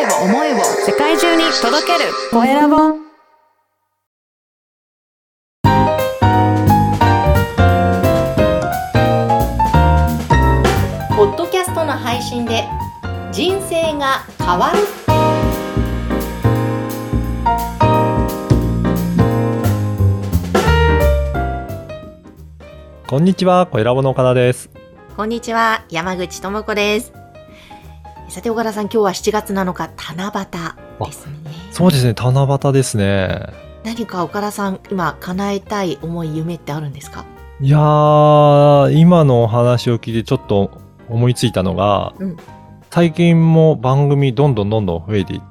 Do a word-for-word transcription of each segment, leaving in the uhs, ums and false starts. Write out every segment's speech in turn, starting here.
を思いを世界中に届けるコエラボ。ポッドキャストの配信で人生が変わる。 こんにちは、コエラボの岡田です。 こんにちは、山口智子です。さて岡田さん、今日はしちがつなのか、七夕ですね。 そうですね、七夕ですね。 何か岡田さん、今叶えたい思い、夢ってあるんですか？ いやー、今のお話を聞いてちょっと思いついたのが、うん、最近も番組どんどんどんどん増えていって、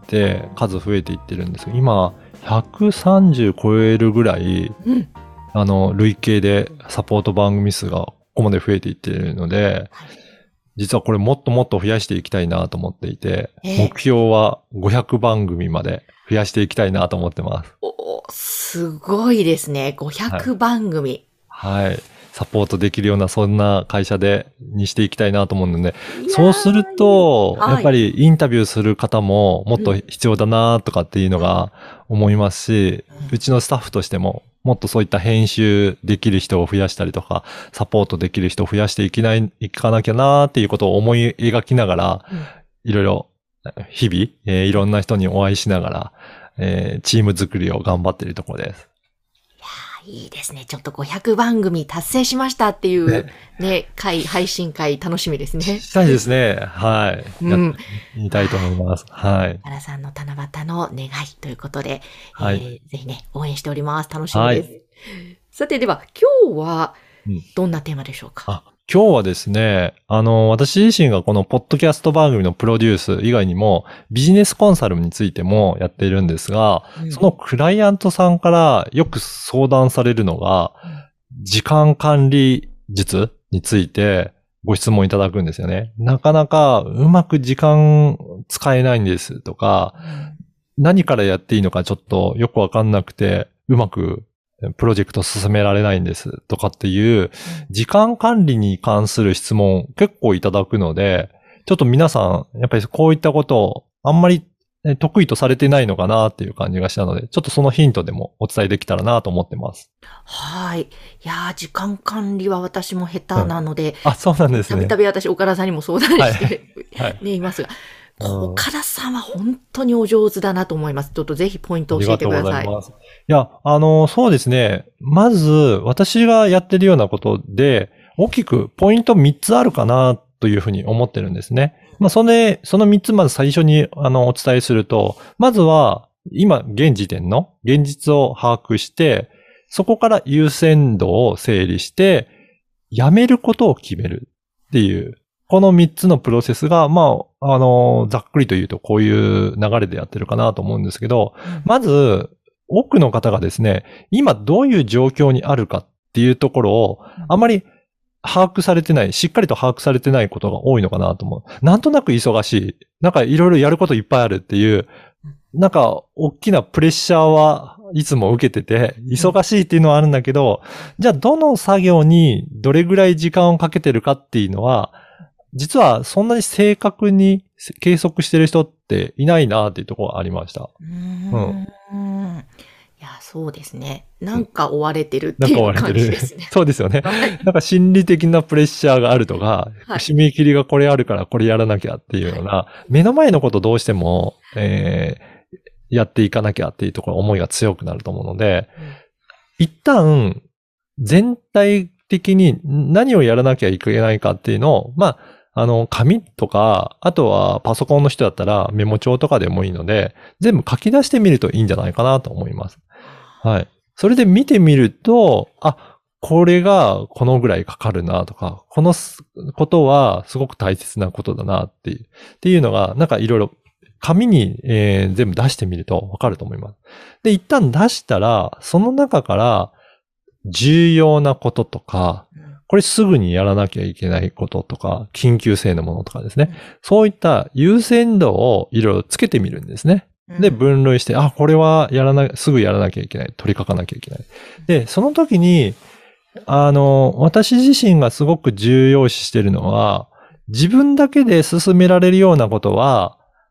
数増えていってるんですけど、今ひゃくさんじゅう超えるぐらい、うん、あの累計でサポート番組数がここまで増えていっているので、はい、実はこれもっともっと増やしていきたいなと思っていて、えー、目標はごひゃくばんぐみまで増やしていきたいなと思ってます。 お、すごいですね。ごひゃくばんぐみ。 はい。はい。サポートできるようなそんな会社でにしていきたいなと思うので、そうすると、はい、やっぱりインタビューする方ももっと必要だなとかっていうのが思いますし、うん、うちのスタッフとしてももっとそういった編集できる人を増やしたりとか、サポートできる人を増やしていきない、いかなきゃなっていうことを思い描きながら、うん、いろいろ日々、えー、いろんな人にお会いしながら、えー、チーム作りを頑張っているところです。 いいですね。ちょっとごひゃくばんぐみ達成しましたっていうね、ね回、配信会楽しみですね。 したいですね。はい。うん。言いたいと思います。はい。 原さんの七夕の願いということで、はい、えー、ぜひね、応援しております。楽しみです。はい、さて、では今日はどんなテーマでしょうか？うん、あ今日はですね、あの、私自身がこのポッドキャスト番組のプロデュース以外にもビジネスコンサルについてもやっているんですが、うん、そのクライアントさんからよく相談されるのが、時間管理術についてご質問いただくんですよね。なかなかうまく時間使えないんですとか、うん、何からやっていいのかちょっとよくわかんなくて、うまくプロジェクト進められないんですとかっていう時間管理に関する質問結構いただくので、ちょっと皆さんやっぱりこういったことをあんまり得意とされてないのかなっていう感じがしたので、ちょっとそのヒントでもお伝えできたらなと思ってます。 はい。いやー、時間管理は私も下手なので、 うん、あ、そうなんですね。 たびたび私岡田さんにも相談して、はいはい、ねいますが。岡田さんは本当にお上手だなと思います。ちょっとぜひポイントを教えてください。ありがとうございます。 いや、あの、そうですね。まず、私がやってるようなことで、大きくポイントみっつあるかなというふうに思ってるんですね。まあ、それ、そのみっつまず最初に、あの、お伝えすると、まずは、今、現時点の現実を把握して、そこから優先度を整理して、やめることを決めるっていう、このみっつのプロセスが、まあ、あの、ざっくりと言うとこういう流れでやってるかなと思うんですけど、うん、まず、多くの方がですね、今どういう状況にあるかっていうところを、あまり把握されてない、しっかりと把握されてないことが多いのかなと思う。なんとなく忙しい。なんかいろいろやることいっぱいあるっていう、なんか大きなプレッシャーはいつも受けてて、忙しいっていうのはあるんだけど、じゃあどの作業にどれぐらい時間をかけてるかっていうのは、実はそんなに正確に計測してる人っていないなっていうところがありました。 うーん。うん、いや、そうですね。なんか追われてるっていう感じですね。 そうですよね。なんか心理的なプレッシャーがあるとか、はい、締め切りがこれあるからこれやらなきゃっていうような、はい、目の前のことどうしても、えー、やっていかなきゃっていうところ思いが強くなると思うので、うん、一旦全体的に何をやらなきゃいけないかっていうのを、まあ、あの、紙とか、あとはパソコンの人だったらメモ帳とかでもいいので、全部書き出してみるといいんじゃないかなと思います。はい。それで見てみると、あ、これがこのぐらいかかるなとか、このことはすごく大切なことだなっていう、っていうのが、なんかいろいろ紙に、えー、全部出してみるとわかると思います。で、一旦出したら、その中から重要なこととか、これすぐにやらなきゃいけないこととか、緊急性のものとかですね。そういった優先度をいろいろつけてみるんですね。で、分類して、あ、これはやらな、すぐやらなきゃいけない。取り掛かなきゃいけない。で、その時に、あの、私自身がすごく重要視しているのは、自分だけで進められるようなことは、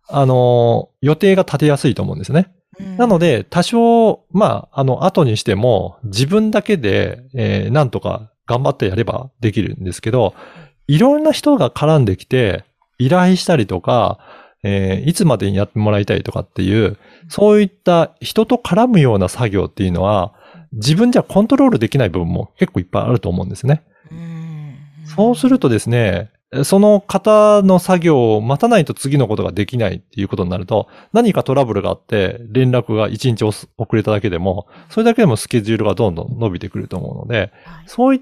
あの、予定が立てやすいと思うんですね。なので、多少、まあ、あの、後にしても、自分だけで、えー、なんとか頑張ってやればできるんですけど、いろんな人が絡んできて、依頼したりとか、えー、いつまでにやってもらいたいとかっていう、そういった人と絡むような作業っていうのは、自分じゃコントロールできない部分も結構いっぱいあると思うんですね。そうするとですね、その方の作業を待たないと次のことができないっていうことになると、何かトラブルがあって連絡がいちにち遅れただけでも、それだけでもスケジュールがどんどん伸びてくると思うので、そういった、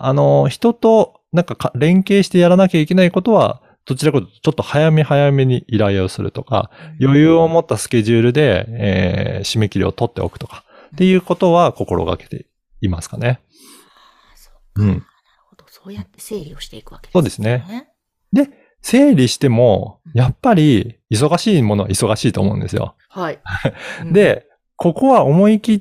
あの、人となんか連携してやらなきゃいけないことは、どちらかというとちょっと早め早めに依頼をするとか、余裕を持ったスケジュールで、えー、締め切りを取っておくとか、っていうことは心がけていますかね。 うん。そうやって整理をしていくわけですね。 そうですね。で、整理しても、やっぱり忙しいものは忙しいと思うんですよ。 はい。 で、ここは思い切って、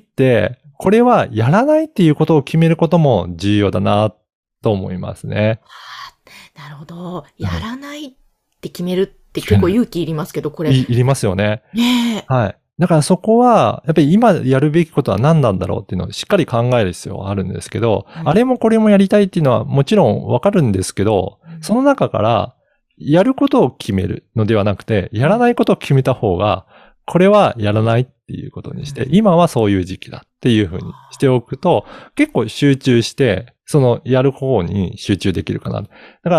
これはやらないっていうことを決めることも重要だなと思いますね。 はあ、なるほど。やらないって決めるって結構勇気いりますけど、これ。 い, いりますよね。 ねえ。 はい。だからそこは、やっぱり今やるべきことは何なんだろうっていうのをしっかり考える必要はあるんですけど、うん、あれもこれもやりたいっていうのはもちろんわかるんですけど、うん、その中からやることを決めるのではなくて、やらないことを決めた方が、これはやらないっていうことにして、うん、今はそういう時期だっていうふうにしておくと、結構集中して、そのやる方に集中できるかな。だから、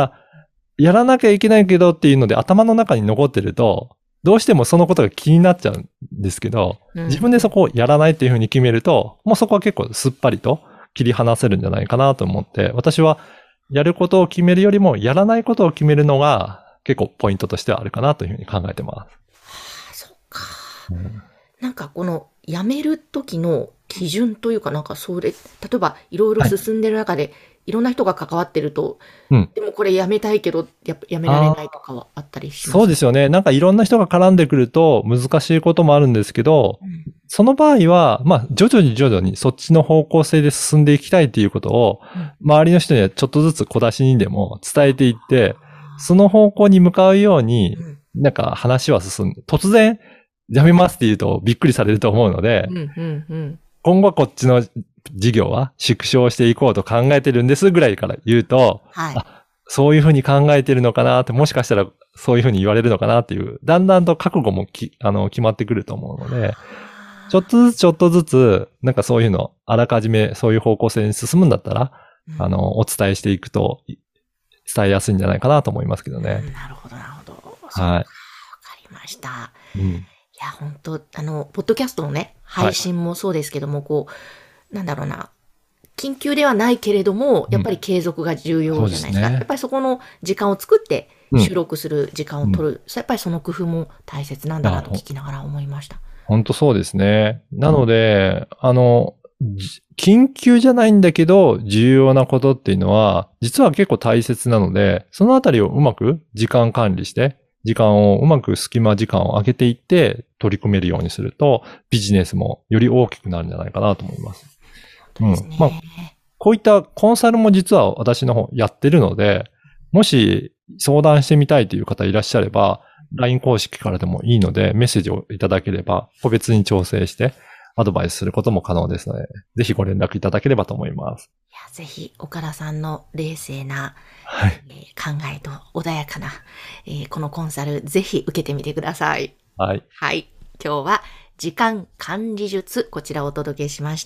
やらなきゃいけないけどっていうので頭の中に残ってると、どうしてもそのことが気になっちゃうんですけど、うん、自分でそこをやらないっていうふうに決めると、もうそこは結構すっぱりと切り離せるんじゃないかなと思って、私はやることを決めるよりもやらないことを決めるのが結構ポイントとしてはあるかなというふうに考えてます。はあ、そっか、うん。なんかこのやめる時の基準というかなんかそれ、例えばいろいろ進んでる中で、はい、いろんな人が関わってると、うん、でもこれやめたいけどや、やめられないとかはあったりしますか？ そうですよね。なんかいろんな人が絡んでくると難しいこともあるんですけど、うん、その場合は、まあ、徐々に徐々にそっちの方向性で進んでいきたいっていうことを、うん、周りの人にはちょっとずつ小出しにでも伝えていって、その方向に向かうように、うん、なんか話は進んで、突然やめますって言うとびっくりされると思うので、うんうんうん、今後はこっちの事業は縮小していこうと考えてるんですぐらいから言うと、はい、あ、そういうふうに考えてるのかなって、もしかしたらそういうふうに言われるのかなっていう、だんだんと覚悟もきあの決まってくると思うので、ちょっとずつちょっとずつ、なんかそういうの、あらかじめそういう方向性に進むんだったら、うん、あの、お伝えしていくと、伝えやすいんじゃないかなと思いますけどね。 うん、なるほど、なるほど。 はい。わかりました。うん、いや、本当あの、ポッドキャストのね、配信もそうですけども、はい、こう、なんだろうな、緊急ではないけれども、やっぱり継続が重要じゃないですか。うん、ね、やっぱりそこの時間を作って収録する時間を取る。うん、やっぱりその工夫も大切なんだなと聞きながら思いました。 本当そうですね。なので、うん、あの、緊急じゃないんだけど重要なことっていうのは、実は結構大切なので、そのあたりをうまく時間管理して、時間をうまく隙間時間を空けていって取り組めるようにすると、ビジネスもより大きくなるんじゃないかなと思います。うん。まあ、こういったコンサルも実は私の方やってるので、もし相談してみたいという方いらっしゃれば、ライン 公式からでもいいので、メッセージをいただければ、個別に調整してアドバイスすることも可能ですので、ぜひご連絡いただければと思います。 いや、ぜひ、岡田さんの冷静な、 はい、 えー、考えと穏やかな、えー、このコンサル、ぜひ受けてみてください。 はい。 はい。今日は時間管理術、こちらをお届けしました。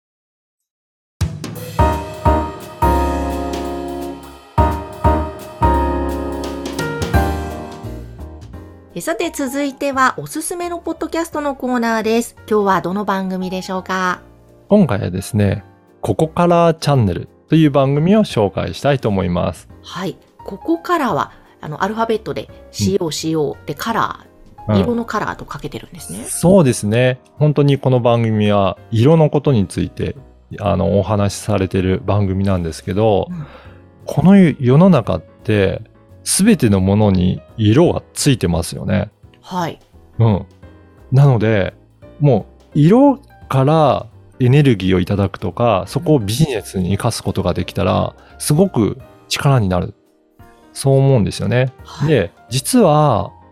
さて続いてはおすすめのポッドキャストのコーナーです。今日はどの番組でしょうか？ 今回はですね、ここからチャンネルという番組を紹介したいと思います。 はい。ここからは、あの、アルファベットで シーオーシーオー でカラー、うん、色のカラーとかけてるんですね。 そうですね。本当にこの番組は色のことについてあのお話しされている番組なんですけど、うん、この世の中ってすべてのものに色がついてますよね。 はい。 うん。なので、もう色からエネルギーをいただくとか、そこをビジネスに生かすことができたら、すごく力になる。そう思うんですよね。はい、で、実は、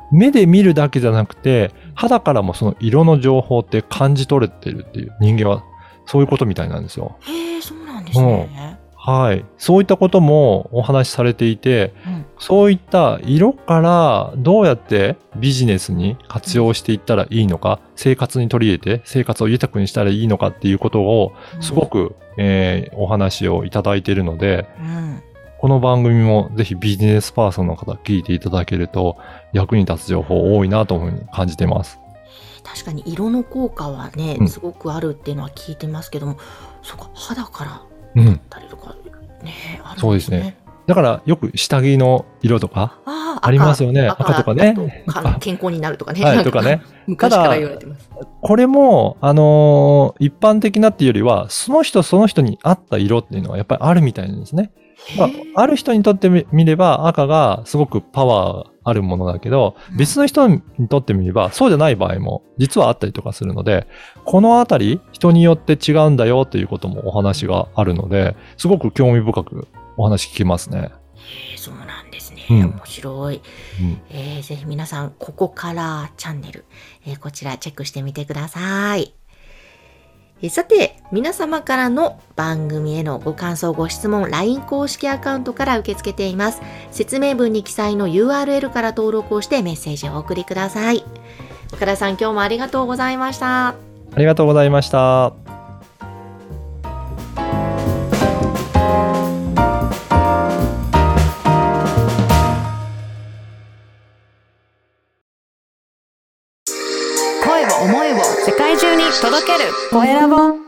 目で見るだけじゃなくて、肌からもその色の情報って感じ取れてるっていう、人間はそういうことみたいなんですよ。 へえ、そうなんですね。 はい。そういったこともお話しされていて、うん、そういった色からどうやってビジネスに活用していったらいいのか、うん、生活に取り入れて生活を豊かにしたらいいのかっていうことをすごく、うん、えー、お話をいただいているので、うん、この番組もぜひビジネスパーソンの方聞いていただけると役に立つ情報多いなというふうに感じています。 確かに色の効果はね、うん、すごくあるっていうのは聞いてますけども、そうか、肌からだったりとか、うん、ね、あるんですね。 そうですね。だからよく下着の色とかありますよね。赤, 赤とかね。 健康になるとかね。 はい、とかね。 昔から言われてます。 これも、あのー、一般的なっていうよりは、その人その人に合った色っていうのはやっぱりあるみたいなんですね。まあ、ある人にとってみれば赤がすごくパワーあるものだけど、うん、別の人にとってみればそうじゃない場合も実はあったりとかするので、このあたり人によって違うんだよということもお話があるので、すごく興味深くお話聞きますね。 へー、そうなんですね。うん、面白い、うんえー。ぜひ皆さん、ここからチャンネル、えー、こちらチェックしてみてください。えー、さて、皆様からの番組へのご感想、ご質問、ライン 公式アカウントから受け付けています。説明文に記載の ユーアールエル から登録をしてメッセージをお送りください。岡田さん、今日もありがとうございました。 ありがとうございました。 声を思いを世界中に届けるコエラボ。